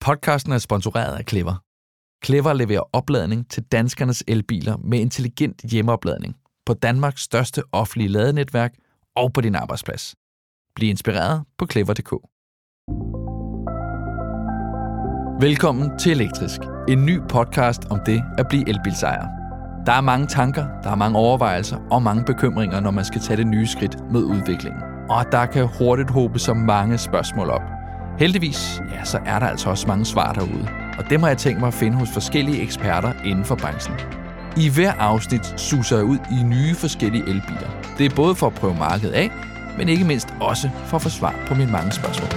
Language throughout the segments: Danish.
Podcasten er sponsoreret af Clever. Clever leverer opladning til danskernes elbiler med intelligent hjemmeopladning på Danmarks største offentlige ladenetværk og på din arbejdsplads. Bliv inspireret på clever.dk. Velkommen til Elektrisk, en ny podcast om det at blive elbilsejer. Der er mange tanker, der er mange overvejelser og mange bekymringer, når man skal tage det nye skridt med udviklingen. Og der kan hurtigt hobe så mange spørgsmål op. Heldigvis, ja, så er der altså også mange svar derude. Og dem har jeg tænkt mig at finde hos forskellige eksperter inden for branchen. I hver afsnit suser jeg ud i nye forskellige elbiler. Det er både for at prøve markedet af, men ikke mindst også for at få svar på mine mange spørgsmål.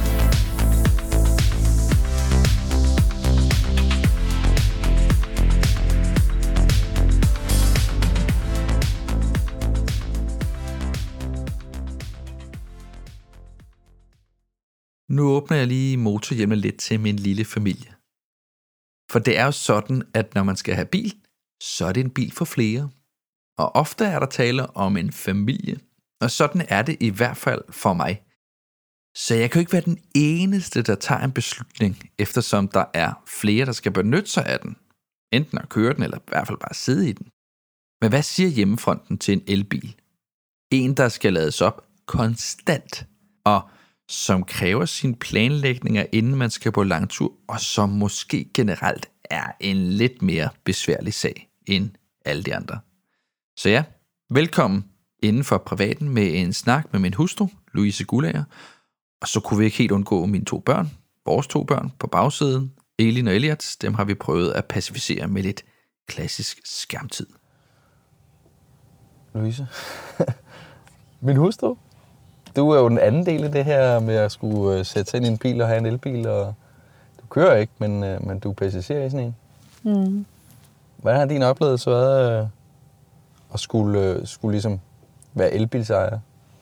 Nu åbner jeg lige motorhjemmet lidt til min lille familie. For det er jo sådan, at når man skal have bil, så er det en bil for flere. Og ofte er der tale om en familie, og sådan er det i hvert fald for mig. Så jeg kan jo ikke være den eneste, der tager en beslutning, eftersom der er flere, der skal benytte sig af den. Enten at køre den, eller i hvert fald bare sidde i den. Men hvad siger hjemmefronten til en elbil? En, der skal lades op konstant, og som kræver sine planlægninger, inden man skal på langtur, og som måske generelt er en lidt mere besværlig sag end alle de andre. Så ja, velkommen inden for privaten med en snak med min hustru, Louise Gulager, og så kunne vi ikke helt undgå mine to børn, vores to børn på bagsiden, Elin og Elliot. Dem har vi prøvet at pacificere med lidt klassisk skærmtid. Louise, min hustru? Du er jo den anden del af det her med at skulle sætte sig ind i en bil og have en elbil, og du kører ikke, men du er passager i sådan en. Mm. Hvordan har din oplevelse været at skulle ligesom være elbilsejer?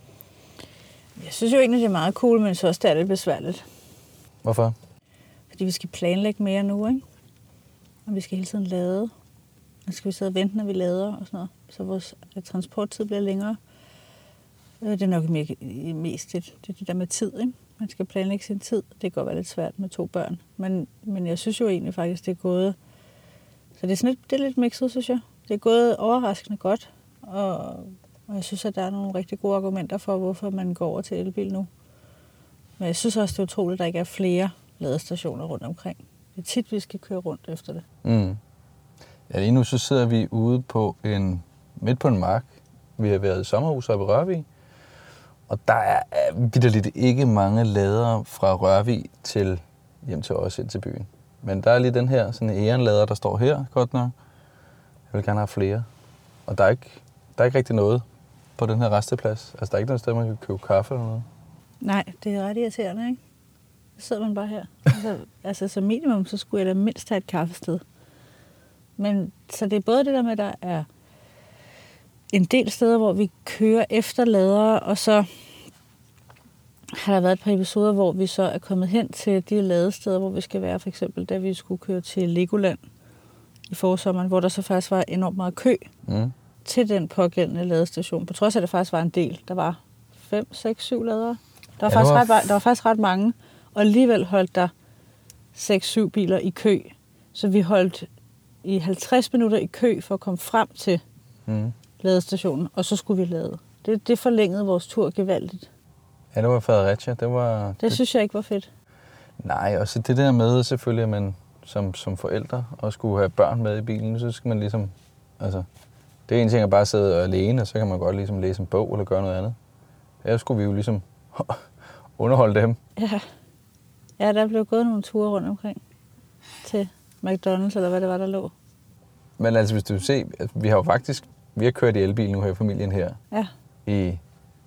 Jeg synes jo egentlig, det er meget cool, men så også det er lidt besværligt. Hvorfor? Fordi vi skal planlægge mere nu, ikke? Og vi skal hele tiden lade. Og så skal vi sidde og vente, når vi lader og sådan noget. Så vores transporttid bliver længere. Det er nok mest det der med tid, ikke? Man skal planlægge sin tid. Det kan godt være lidt svært med to børn. Men jeg synes jo egentlig faktisk, det er gået... Så det er lidt mixet, synes jeg. Det er gået overraskende godt. Og jeg synes, at der er nogle rigtig gode argumenter for, hvorfor man går over til elbil nu. Men jeg synes også, det er utroligt, at der ikke er flere ladestationer rundt omkring. Det er tit, vi skal køre rundt efter det. Mm. Ja, lige nu så sidder vi ude midt på en mark. Vi har været i sommerhus oppe i Rørvig. Og der er vitterligt ikke mange ladere fra Rørvig hjem til os ind til byen. Men der er lige den her sådan ærenlader, der står her, godt nok. Jeg vil gerne have flere. Og der er ikke rigtig noget på den her resteplads. Altså, der er ikke noget sted, man kan købe kaffe eller noget. Nej, det er ret irriterende, ikke? Så sidder man bare her. Altså, som minimum, så skulle jeg da mindst have et kaffested. Men så det er både det der med, at der er en del steder, hvor vi kører efter ladere, og så har der været et par episoder, hvor vi så er kommet hen til de ladesteder, hvor vi skal være. For eksempel, da vi skulle køre til Legoland i forsommeren, hvor der så faktisk var enormt meget kø til den pågældende ladestation. På trods af, at der faktisk var en del. Der var 5, 6, 7 ladere. Der var faktisk ret mange. Og alligevel holdt der 6-7 biler i kø. Så vi holdt i 50 minutter i kø for at komme frem til ladestationen, og så skulle vi lade. Det forlængede vores tur gevaldigt. Ja, det var Fredericia. Det synes jeg ikke var fedt. Nej, og så det der med selvfølgelig, at man som forældre og skulle have børn med i bilen, så skal man ligesom... Altså, det er en ting at bare sidde alene, og så kan man godt ligesom læse en bog eller gøre noget andet. Her skulle vi jo ligesom underholde dem. Ja, der blev gået nogle ture rundt omkring til McDonald's, eller hvad det var, der lå. Men altså, hvis du ser, vi har kørt i elbil nu her i familien her i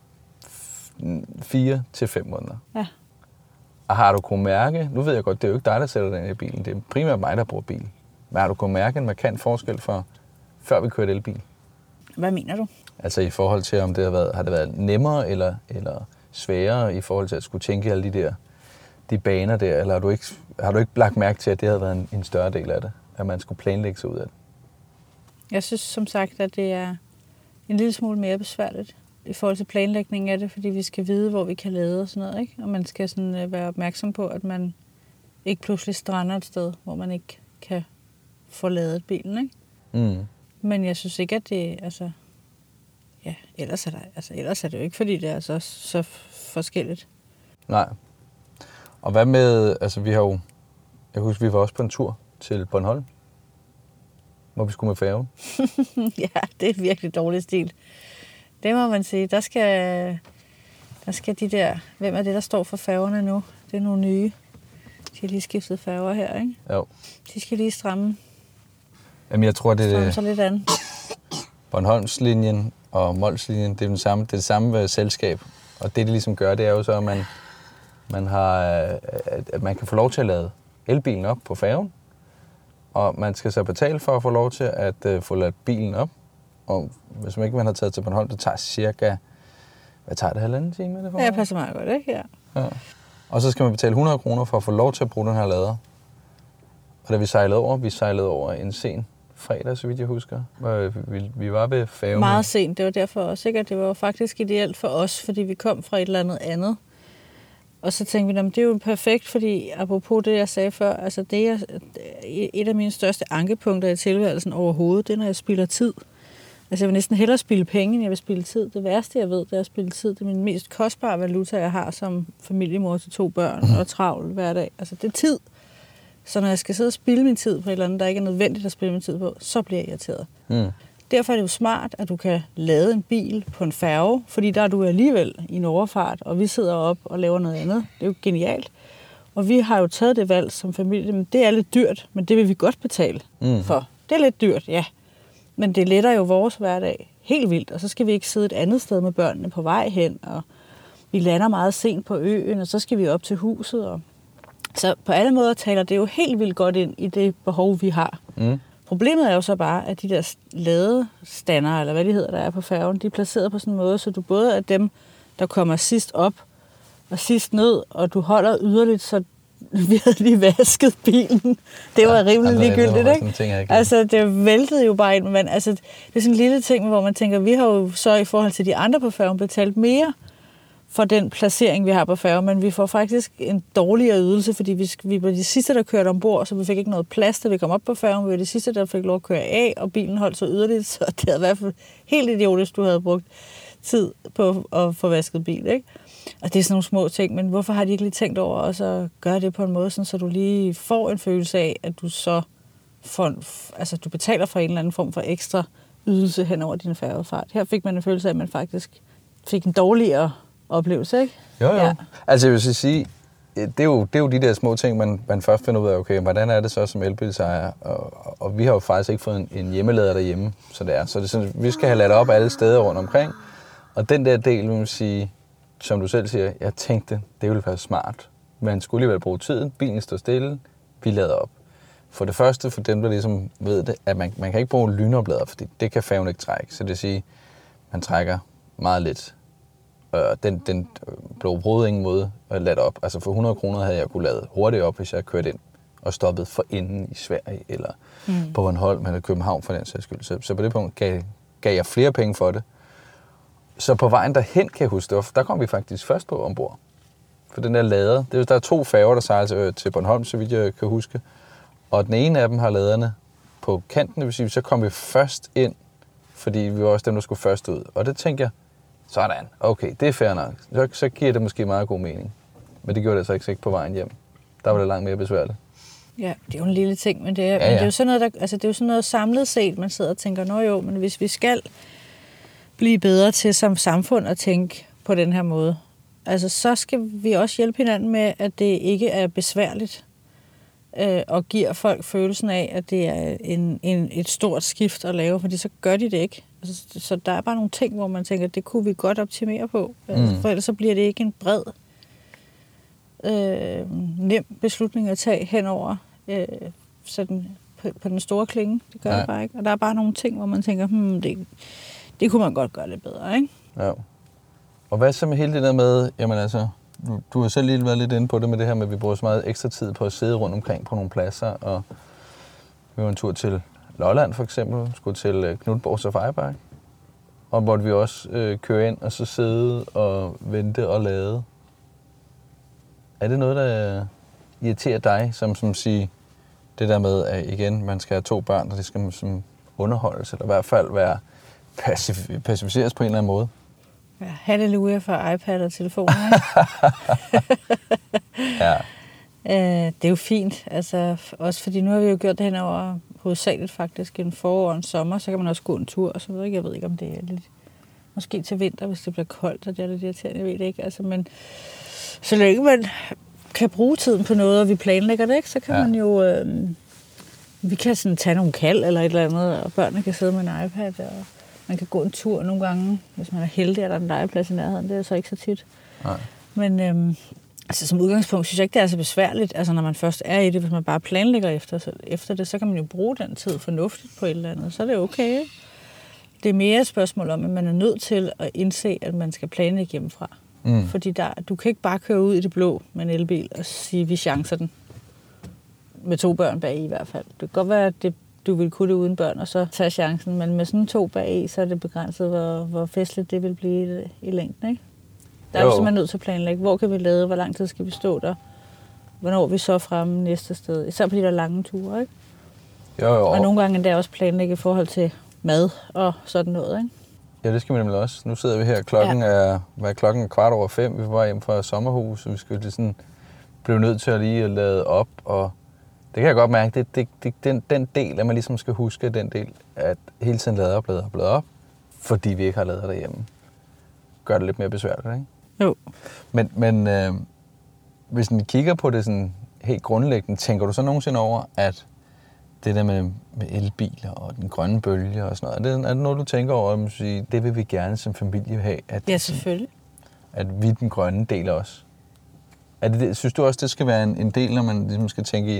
4 til 5 måneder. Ja. Og har du kunnet mærke, nu ved jeg godt, det er jo ikke dig, der sætter den i bilen, det er primært mig, der bruger bil. Men har du kunnet mærke en markant forskel for, før vi kørte elbil? Hvad mener du? Altså i forhold til, om det har det været nemmere eller sværere i forhold til at skulle tænke alle de baner der, eller har du ikke lagt mærke til, at det havde været en større del af det, at man skulle planlægge sig ud af det? Jeg synes som sagt, at det er en lille smule mere besværligt i forhold til planlægningen af det, fordi vi skal vide, hvor vi kan lade og sådan noget, ikke? Og man skal sådan være opmærksom på, at man ikke pludselig strander et sted, hvor man ikke kan få ladet bilen, ikke? Mm. Men jeg synes ikke, at det, altså... Ja, ellers er det jo ikke, fordi det er så forskelligt. Nej. Og hvad med, altså vi har jo, jeg husker, vi var også på en tur til Bornholm, hvor vi skulle med færgen. Ja, det er virkelig dårlig stil. Det må man sige. Der skal de der, hvem er det, der står for færgerne nu? Det er nogle nye. De har lige skiftet færger her, ikke? Jo. De skal lige stramme Jamen jeg tror, det er så lidt an. Bornholmslinjen og Molslinjen, det er det samme selskab. Og det ligesom gør, det er jo så, at at man kan få lov til at lade elbilen op på færgen. Og man skal så betale for at få lov til at få ladet bilen op. Og hvis man ikke har taget til Bornholm, det tager cirka, hvad tager det, 1,5 time? Det Ja, det passer meget godt, ikke? Ja. Og så skal man betale 100 kroner for at få lov til at bruge den her lader. Og da vi sejlede over en sen fredag, så vidt jeg husker. Vi var ved færgen. Meget sent, det var derfor også, ikke? Det var jo faktisk ideelt for os, fordi vi kom fra et eller andet. Og så tænkte vi, at det er jo perfekt, fordi apropos det, jeg sagde før, altså det er et af mine største ankepunkter i tilværelsen overhovedet, det er, når jeg spilder tid. Altså jeg vil næsten hellere spille penge, end jeg vil spille tid. Det værste, jeg ved, det er at spille tid. Det er min mest kostbare valuta, jeg har som familiemor til 2 børn og travl hver dag. Altså det er tid. Så når jeg skal sidde og spilde min tid på et eller andet, der ikke er nødvendigt at spilde min tid på, så bliver jeg irriteret. Mm. Derfor er det jo smart, at du kan lade en bil på en færge, fordi der er du alligevel i en overfart, og vi sidder op og laver noget andet. Det er jo genialt. Og vi har jo taget det valg som familie, men det er lidt dyrt, men det vil vi godt betale for. Det er lidt dyrt, ja. Men det letter jo vores hverdag helt vildt, og så skal vi ikke sidde et andet sted med børnene på vej hen, og vi lander meget sent på øen, og så skal vi op til huset. Og... Så på alle måder taler det jo helt vildt godt ind i det behov, vi har. Mm. Problemet er jo så bare, at de der ladestander, eller hvad de hedder, der er på færgen, de er placeret på sådan en måde, så du både er dem, der kommer sidst op og sidst ned, og du holder yderligt, så vi havde lige vasket bilen. Det var rimelig ligegyldigt, ikke? Altså, det væltede jo bare ind. Men altså, det er sådan en lille ting, hvor man tænker, vi har jo så i forhold til de andre på færgen betalt mere for den placering, vi har på færgen, men vi får faktisk en dårligere ydelse, fordi vi var de sidste, der kørte ombord, så vi fik ikke noget plads, da vi kom op på færgen. Vi var de sidste, der fik lov at køre af, og bilen holdt så yderligt, så det havde i hvert fald helt idiotisk, du havde brugt tid på at få vasket bil, ikke? Og det er sådan nogle små ting, men hvorfor har de ikke lige tænkt over også at gøre det på en måde, sådan, så du lige får en følelse af, at du så får, altså du betaler for en eller anden form for ekstra ydelse hen over din færgefart. Her fik man en følelse af, at man faktisk fik en dårligere oplevelse, ikke? Jo. Ja. Altså jeg vil sige, det er jo de der små ting, man først finder ud af, okay, hvordan er det så som elbilsejer? Og vi har jo faktisk ikke fået en hjemmelader derhjemme, så det er sådan, vi skal have ladet op alle steder rundt omkring. Og den der del, vil man sige, som du selv siger, jeg tænkte, det ville være smart. Man skulle alligevel bruge tiden, bilen står stille, vi lader op. For det første, for dem, der ligesom ved det, at man kan ikke bruge en lynoplader, fordi det kan færgen ikke trække. Så det vil sige, man trækker meget lidt. Den blev brugt ingen måde at lade op. Altså for 100 kroner havde jeg kunne lade hurtigt op, hvis jeg kørte ind og stoppede for enden i Sverige, eller på Bornholm eller København for den sags skyld. Så på det punkt gav jeg flere penge for det. Så på vejen derhen, kan jeg huske, der kom vi faktisk først på ombord. For den der lader, der er 2 færger, der sejler til Bornholm, så vidt jeg kan huske. Og den ene af dem har laderne på kanten, det vil sige, så kom vi først ind, fordi vi var også dem, der skulle først ud. Og det tænkte jeg, sådan, okay, det er fair nok. Så giver det måske meget god mening. Men det gjorde det altså ikke på vejen hjem. Der var det langt mere besværligt. Ja, det er jo en lille ting, men det er jo sådan noget, det er jo sådan noget samlet set, man sidder og tænker, men hvis vi skal blive bedre til som samfund at tænke på den her måde, altså så skal vi også hjælpe hinanden med, at det ikke er besværligt og giver folk følelsen af, at det er et stort skift at lave, fordi så gør de det ikke. Altså, så der er bare nogle ting, hvor man tænker, at det kunne vi godt optimere på, for ellers så bliver det ikke en bred, nem beslutning at tage henover sådan på den store klinge. Det gør det bare ikke. Og der er bare nogle ting, hvor man tænker, det kunne man godt gøre lidt bedre, ikke? Ja. Og hvad så med hele det der med, jamen altså, du har selv lige været lidt inde på det med det her med, at vi bruger så meget ekstra tid på at sidde rundt omkring på nogle pladser, og vi var en tur til Lolland for eksempel, skulle til Knutborg Safaripark, og hvor vi også køre ind og så sidde og vente og lade. Er det noget, irriterer dig, som siger det der med, at igen, man skal have 2 børn, og det skal som underholdes, eller i hvert fald være pacificeres på en eller anden måde? Ja, halleluja for iPad og telefoner, Ja. Det er jo fint, altså også fordi nu har vi jo gjort det hen over hovedsageligt faktisk en forår og en sommer, så kan man også gå en tur og sådan noget. Jeg ved ikke, om det er lidt, måske til vinter, hvis det bliver koldt, og det er lidt irriterende, jeg ved det ikke. Altså, men så længe man kan bruge tiden på noget, og vi planlægger det, ikke, så kan man jo, vi kan sådan tage nogle kald eller et eller andet, og børnene kan sidde med en iPad, og man kan gå en tur nogle gange, hvis man er heldig, at der er en legeplads i nærheden. Det er så ikke så tit. Nej. Men altså, som udgangspunkt synes jeg ikke, det er så besværligt. Altså, når man først er i det, hvis man bare planlægger efter det, så kan man jo bruge den tid fornuftigt på et eller andet. Så er det okay. Det er mere et spørgsmål om, at man er nødt til at indse, at man skal planlægge hjemmefra. Fordi du kan ikke bare køre ud i det blå med en elbil og sige, vi chancer den. Med 2 børn bag i hvert fald. Det kan godt være, at du vil kunne det uden børn, og så tage chancen. Men med sådan 2 bag i, så er det begrænset, hvor festligt det vil blive i længden, ikke? Der er jo simpelthen nødt til at planlægge, hvor kan vi lade, hvor lang tid skal vi stå der, hvornår vi så fremme næste sted. Især på de der lange ture, ikke? Jo. Og nogle gange endda også planlægge i forhold til mad og sådan noget, ikke? Ja, det skal vi nemlig også. Nu sidder vi her, klokken er 5:15, vi er på vej hjem fra sommerhus, og vi skal sådan blive nødt til at lige lade op, og det kan jeg godt mærke, den del, at man ligesom skal huske den del, at hele tiden lade op, fordi vi ikke har ladet derhjemme. Gør det lidt mere besværligt, ikke? Jo. Men hvis vi kigger på det sådan helt grundlæggende, tænker du så nogensinde over, at det der med elbiler og den grønne bølge og sådan noget, er det noget, du tænker over, at sige, det vil vi gerne som familie have? Ja, selvfølgelig. At vi den grønne del også. Synes du også, det skal være en del, når man ligesom skal tænke i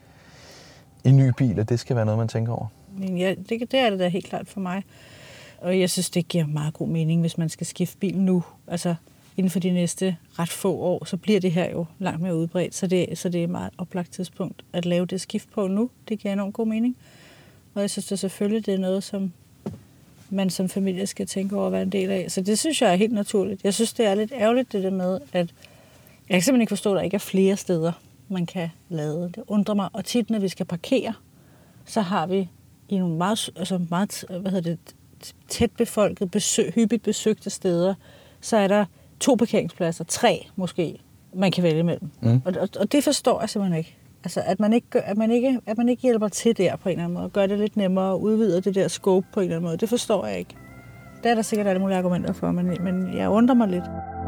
en ny bil, at det skal være noget, man tænker over? Ja, det er det da helt klart for mig. Og jeg synes, det giver meget god mening, hvis man skal skifte bil nu. Altså inden for de næste ret få år, så bliver det her jo langt mere udbredt. Så det er et meget oplagt tidspunkt at lave det skift på nu. Det giver enormt god mening. Og jeg synes, det selvfølgelig det er noget, som man som familie skal tænke over at være en del af. Så det synes jeg er helt naturligt. Jeg synes, det er lidt ærgerligt det der med, at jeg kan simpelthen ikke forstå, at der ikke er flere steder, man kan lade. Det undrer mig. Og tit, når vi skal parkere, så har vi i nogle meget tæt befolket, hyppigt besøgte steder, så er der 2 parkeringspladser, 3 måske, man kan vælge imellem. Og det forstår jeg simpelthen ikke. Altså, at man ikke hjælper til der på en eller anden måde, gør det lidt nemmere og udvider det der scope på en eller anden måde. Det forstår jeg ikke. Der er der sikkert alle mulige argumenter for, men jeg undrer mig lidt.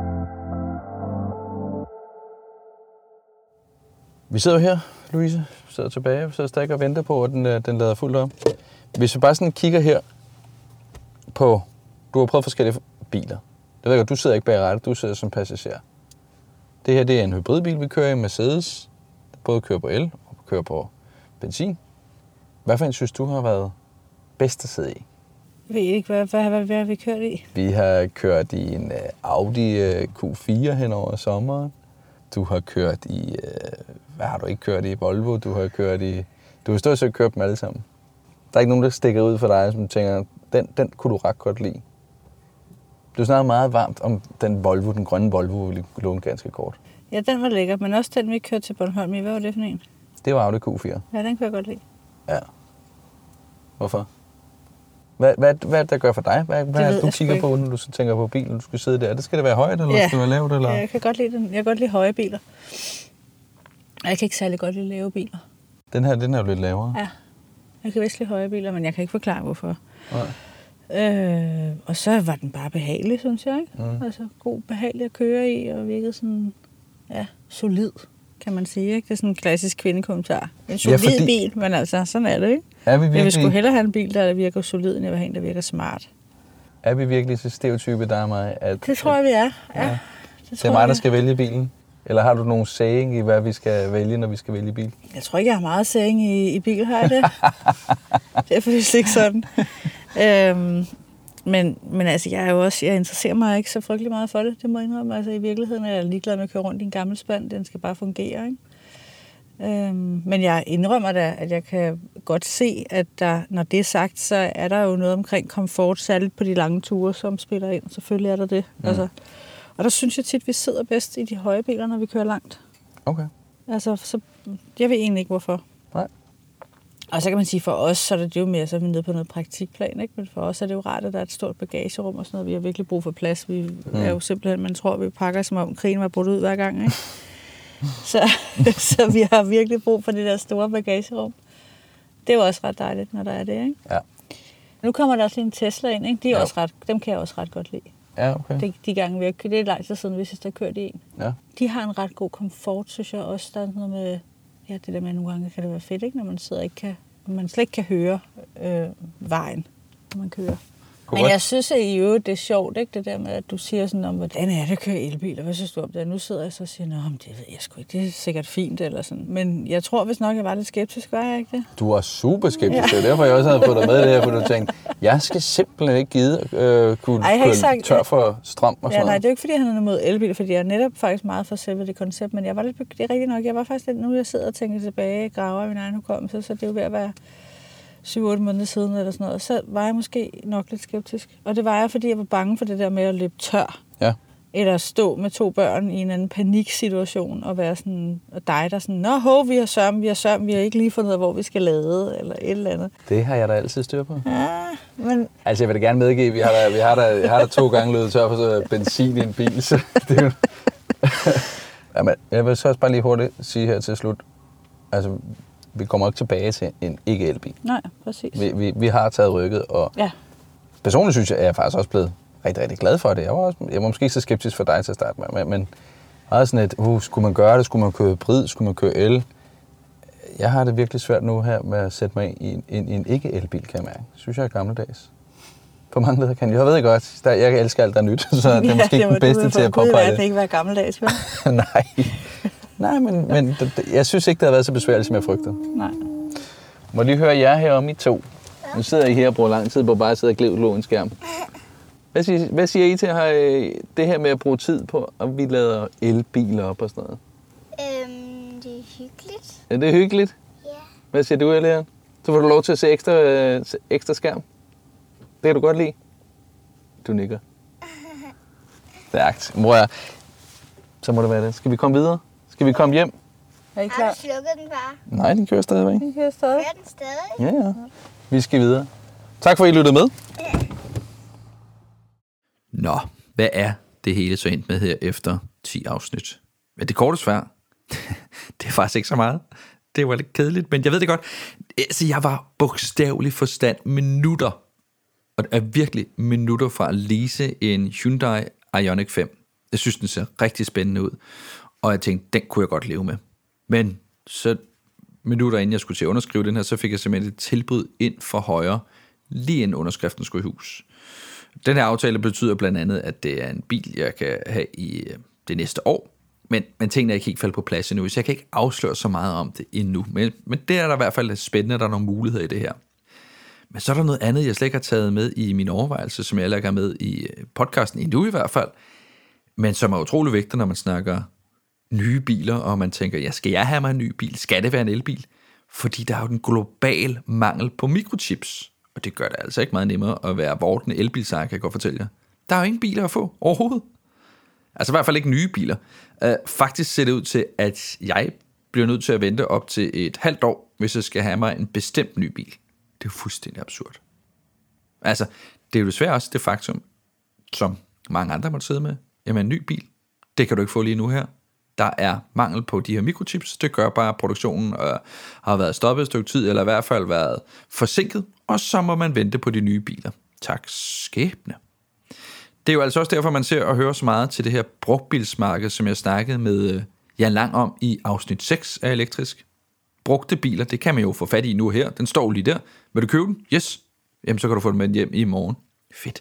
Vi sidder jo her, Louise, sidder tilbage, vi sidder stadig og venter på, at den lader fuldt op. Hvis vi bare sådan kigger her på, du har prøvet forskellige biler. Det ved jeg godt, du sidder ikke bag rattet, du sidder som passager. Det her, det er en hybridbil, vi kører i, Mercedes. Både kører på el og kører på benzin. Hvad for en synes du har været bedst at sidde i? Jeg ved ikke, hvad har vi kørt i? Vi har kørt i en Audi Q4 hen over sommeren. Du har kørt i, hvad har du ikke kørt i? Volvo, du har stort set kørt dem alle sammen. Der er ikke nogen, der stikker ud for dig, som tænker, den kunne du ret godt lide. Du snakker meget varmt om den Volvo, den grønne Volvo, vi låne ganske kort. Ja, den var lækker, men også den, vi kørte til Bornholm i. Hvad var det for en? Det var Audi Q4. Ja, den kunne jeg godt lide. Ja. Hvorfor? Hvad er det, der gør for dig? Hvad er det, du kigger på, når du tænker på bilen, du skal sidde der? Det skal det være højt, eller skal det være lavt? Eller? Ja, jeg kan godt lide den. Jeg kan godt lide høje biler. Jeg kan ikke særlig godt lide lave biler. Den er jo lidt lavere. Ja, jeg kan vist lide høje biler, men jeg kan ikke forklare, hvorfor. Nej. Og så var den bare behagelig, synes jeg. Ikke? Altså god, behagelig at køre i, og virkede sådan, solid, kan man sige. Ikke? Det er sådan en klassisk kvindekommentar. En solid bil, men altså, sådan er det, ikke? Er vi virkelig... Jeg vil sgu hellere have en bil, der virker solid, end jeg vil have en, der virker smart. Er vi virkelig så stereotype, der er mig? Det tror jeg, vi er. Ja. Det er mig, der skal vælge bilen? Eller har du nogen saying i, hvad vi skal vælge, når vi skal vælge bil? Jeg tror ikke, jeg har meget saying i bil, har jeg det? Det er faktisk ikke sådan. Men altså, jeg interesserer mig ikke så frygtelig meget for det. Det må jeg indrømme. Altså, i virkeligheden er jeg ligeglad med at køre rundt i en gammel spand. Den skal bare fungere, ikke? Men jeg indrømmer da, at jeg kan godt se, at når det er sagt, så er der jo noget omkring komfort, særligt på de lange ture, som spiller ind. Selvfølgelig er der det. Altså, og der synes jeg tit, vi sidder bedst i de høje biler, når vi kører langt. Okay. Altså, så, jeg ved egentlig ikke, hvorfor. Nej. Og så kan man sige, for os, så er det jo mere, så er vi nede på noget praktikplan, ikke? Men for os er det jo rart, at der er et stort bagagerum og sådan noget. Vi har virkelig brug for plads. Vi er jo simpelthen, man tror, vi pakker, som om krigen var brudt ud hver gang, ikke? så vi har virkelig brug for det der store bagagerum. Det er jo også ret dejligt, når der er det, ikke? Ja. Nu kommer der også lige en Tesla ind, ikke? De er også dem kan jeg også ret godt lide. Ja, okay. De gange, vi har kørt, det er lang tid siden, hvis jeg har kørt i en. Ja. De har en ret god komfort, synes jeg også. Der er noget med, ja, det der med, nogle gange kan det være fedt, ikke? Når man sidder man slet ikke kan høre vejen, når man kører. Men jeg synes at i øvrigt, det er sjovt, ikke? Det der med, at du siger sådan om, hvordan er det at køre elbil, og hvad synes du om det? Nu sidder jeg så og siger, det ved jeg sgu ikke, det er sikkert fint, eller sådan. Men jeg tror vist nok, jeg var lidt skeptisk, var jeg ikke det? Du var super skeptisk, ja. Derfor jeg også havde fået dig med det her, for du tænkte, jeg skal simpelthen ikke kunne køre tør for strøm og sådan noget. Nej, det er jo ikke, fordi han er mod elbil, fordi jeg er netop faktisk meget for selve det koncept, men jeg var lidt, det er rigtigt nok, jeg var faktisk lidt, nu jeg sidder og tænker tilbage, graver i min egen hukommelse, så det er jo ved at være 7-8 måneder siden eller sådan noget, og så var jeg måske nok lidt skeptisk. Og det var jeg, fordi jeg var bange for det der med at løbe tør. Ja. Eller stå med 2 børn i en anden paniksituation og være sådan, og dig der sådan, vi har sørm, vi har ikke lige fundet ud af, hvor vi skal lade, eller et eller andet. Det har jeg da altid styr på. Ja, men... Altså, jeg vil da gerne medgive, vi har da 2 gange løbet tør for benzin i en bil, så det er jo... Jamen, jeg vil så også bare lige hurtigt sige her til slut, altså, vi kommer ikke tilbage til en ikke-elbil. Nej, præcis. Vi har taget rykket, og personligt synes jeg, at jeg er faktisk også blevet rigtig, rigtig glad for det. Jeg var måske ikke så skeptisk for dig til at starte med, men meget sådan et, skulle man gøre det, skulle man køre hybrid, skulle man køre el? Jeg har det virkelig svært nu her med at sætte mig i en ikke-elbil, kan jeg mærke. Synes jeg er gammeldags. På mange leder kan jeg ved godt, jeg elsker alt, der er nyt, så det er måske ikke den bedste til at påpege det. Det ikke være gammeldags, vel? Nej, men jeg synes ikke, det har været så besværligt, som jeg frygtede. Nej. Må lige høre jer heromme i 2. Nu sidder I her og bruger lang tid på bare at sidde og glæde en skærm. Hvad siger I til det her med at bruge tid på, at vi lader elbiler op og sådan noget? Det er hyggeligt. Er det hyggeligt? Ja. Hvad siger du, Elian? Så får du lov til at se ekstra skærm. Det kan du godt lide. Du nikker. Stærkt. Så må det være det. Skal vi komme videre? Skal vi komme hjem? Er I klar? Har du slukket den bare? Nej, den kører stadigvæk. Den kører stadig. Kører den stadig? Ja. Vi skal videre. Tak for, at I lyttede med. Nå, hvad er det hele så endt med her efter 10 afsnit? Men det korte svar, det er faktisk ikke så meget. Det var lidt kedeligt, men jeg ved det godt. Altså, jeg var bogstaveligt forstand minutter, og det er virkelig minutter fra at lease en Hyundai Ioniq 5. Jeg synes, den ser rigtig spændende ud, og jeg tænkte, den kunne jeg godt leve med. Men så minutter inden jeg skulle til at underskrive den her, så fik jeg simpelthen et tilbud ind for højre, lige inden underskriften skulle i hus. Den her aftale betyder blandt andet, at det er en bil, jeg kan have i det næste år, men tingene er ikke helt faldet på plads endnu, så jeg kan ikke afsløre så meget om det endnu. Men det er der i hvert fald spændende, der er nogle muligheder i det her. Men så er der noget andet, jeg slet ikke har taget med i min overvejelse, som jeg heller ikke har med i podcasten endnu i hvert fald, men som er utrolig vigtigt, når man snakker nye biler, og man tænker, ja, skal jeg have mig en ny bil? Skal det være en elbil? Fordi der er jo den globale mangel på mikrochips, og det gør det altså ikke meget nemmere at være vortende elbilsejer, kan jeg godt fortælle jer. Der er jo ingen biler at få overhovedet. Altså i hvert fald ikke nye biler. Faktisk ser det ud til, at jeg bliver nødt til at vente op til et halvt år, hvis jeg skal have mig en bestemt ny bil. Det er jo fuldstændig absurd. Altså, det er jo desværre også det faktum, som mange andre måtte sidde med. Jamen, en ny bil, det kan du ikke få lige nu her. Der er mangel på de her mikrochips. Det gør bare, at produktionen har været stoppet et stykke tid, eller i hvert fald været forsinket, og så må man vente på de nye biler. Tak skæbne. Det er jo altså også derfor, man ser og hører så meget til det her brugtbilsmarked, som jeg snakkede med Jan Lang om i afsnit 6 af Elektrisk. Brugte biler, det kan man jo få fat i nu her. Den står lige der. Vil du købe den? Yes. Jamen, så kan du få den med hjem i morgen. Fedt.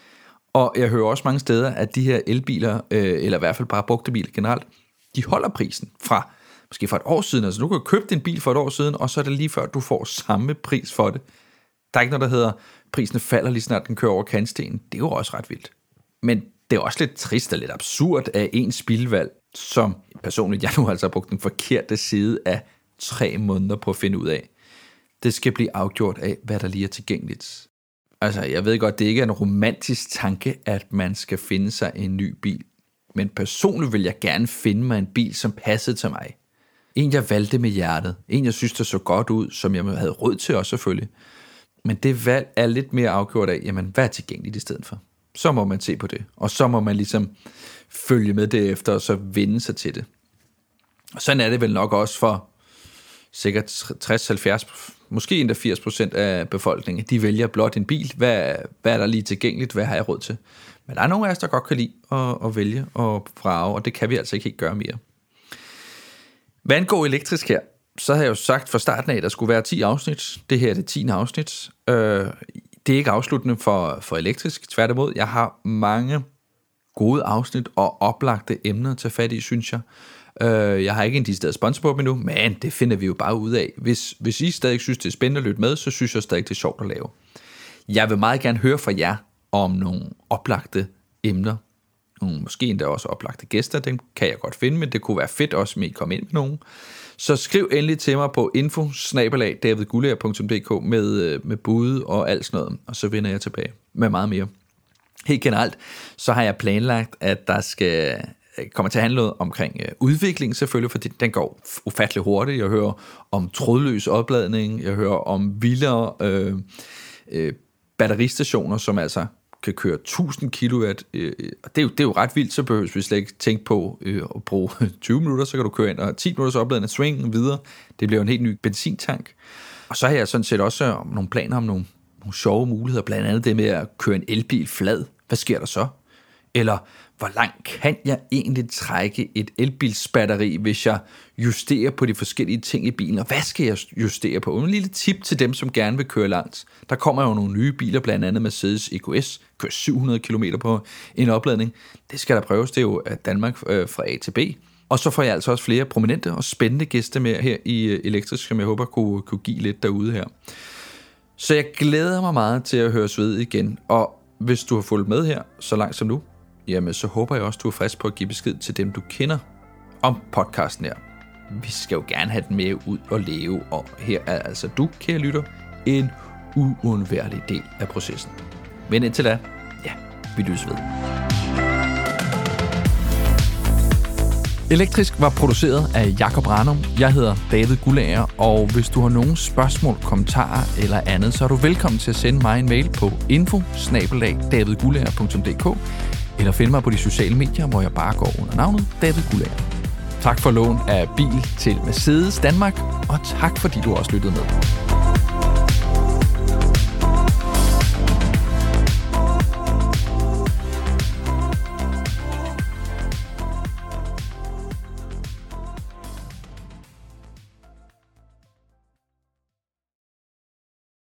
Og jeg hører også mange steder, at de her elbiler, eller i hvert fald bare brugte biler generelt, de holder prisen fra måske for et år siden. Altså, du kan købe din bil for et år siden, og så er det lige før, du får samme pris for det. Der er ikke noget, der hedder, prisen falder lige snart den kører over kantstenen. Det er jo også ret vildt. Men det er også lidt trist og lidt absurd af ens bilvalg, som personligt, jeg nu altså har brugt den forkerte side af 3 måneder på at finde ud af. Det skal blive afgjort af, hvad der lige er tilgængeligt. Altså, jeg ved godt, det ikke er en romantisk tanke, at man skal finde sig en ny bil. Men personligt vil jeg gerne finde mig en bil, som passede til mig. En, jeg valgte med hjertet. En, jeg synes, der så godt ud, som jeg havde råd til også selvfølgelig. Men det valg er lidt mere afgjort af, jamen, hvad er tilgængeligt i stedet for? Så må man se på det. Og så må man ligesom følge med det efter, og så vende sig til det. Og sådan er det vel nok også for sikkert 60-70%, måske endda 80% af befolkningen. De vælger blot en bil. Hvad er der lige tilgængeligt? Hvad har jeg råd til? Men der er nogle af os, der godt kan lide at vælge og vrage, og det kan vi altså ikke helt gøre mere. Hvad angår elektrisk her, så har jeg jo sagt fra starten af, at der skulle være 10 afsnit. Det her er det 10. afsnit. Det er ikke afsluttende for elektrisk. Tværtimod, jeg har mange gode afsnit og oplagte emner at tage fat i, synes jeg. Jeg har ikke en decideret sponsor på dem endnu, men det finder vi jo bare ud af. Hvis I stadig synes, det er spændende at lytte med, så synes jeg stadig, det er sjovt at lave. Jeg vil meget gerne høre fra jer om nogle oplagte emner. Måske endda også oplagte gæster, dem kan jeg godt finde, men det kunne være fedt også, med at I komme ind med nogen. Så skriv endelig til mig på info@davidguldager.dk med bud og alt sådan noget, og så vender jeg tilbage med meget mere. Helt generelt, så har jeg planlagt, at der kommer til at handle omkring udvikling selvfølgelig, for den går ufattelig hurtigt. Jeg hører om trådløs opladning, jeg hører om vildere batteristationer, som altså kan køre 1000 kW. Det er jo ret vildt, så behøver vi slet ikke tænke på at bruge 20 minutter, så kan du køre ind og 10 minutters opladning, swing videre. Det bliver en helt ny benzintank. Og så har jeg sådan set også nogle planer om nogle sjove muligheder, blandt andet det med at køre en elbil flad. Hvad sker der så? Eller hvor langt kan jeg egentlig trække et elbilsbatteri, hvis jeg justerer på de forskellige ting i bilen? Og hvad skal jeg justere på? En lille tip til dem, som gerne vil køre langt. Der kommer jo nogle nye biler, blandt andet Mercedes EQS, kører 700 km på en opladning. Det skal der prøves, det er jo Danmark fra A til B. Og så får jeg altså også flere prominente og spændende gæster med her i Elektrisk, som jeg håber kunne give lidt derude her. Så jeg glæder mig meget til at høres ved igen. Og hvis du har fulgt med her så langt som nu, jamen så håber jeg også, du er frisk på at give besked til dem, du kender om podcasten her. Vi skal jo gerne have den med ud og leve, og her er altså du, kære lytter, en uundværlig del af processen. Men indtil da, ja, vi lyttes ved. Elektrisk var produceret af Jakob Ranum. Jeg hedder David Guldager, og hvis du har nogle spørgsmål, kommentarer eller andet, så er du velkommen til at sende mig en mail på info@davidguldager.dk eller finde mig på de sociale medier, hvor jeg bare går under navnet David Guldager. Tak for lån af bil til Mercedes Danmark, og tak fordi du også lyttede med.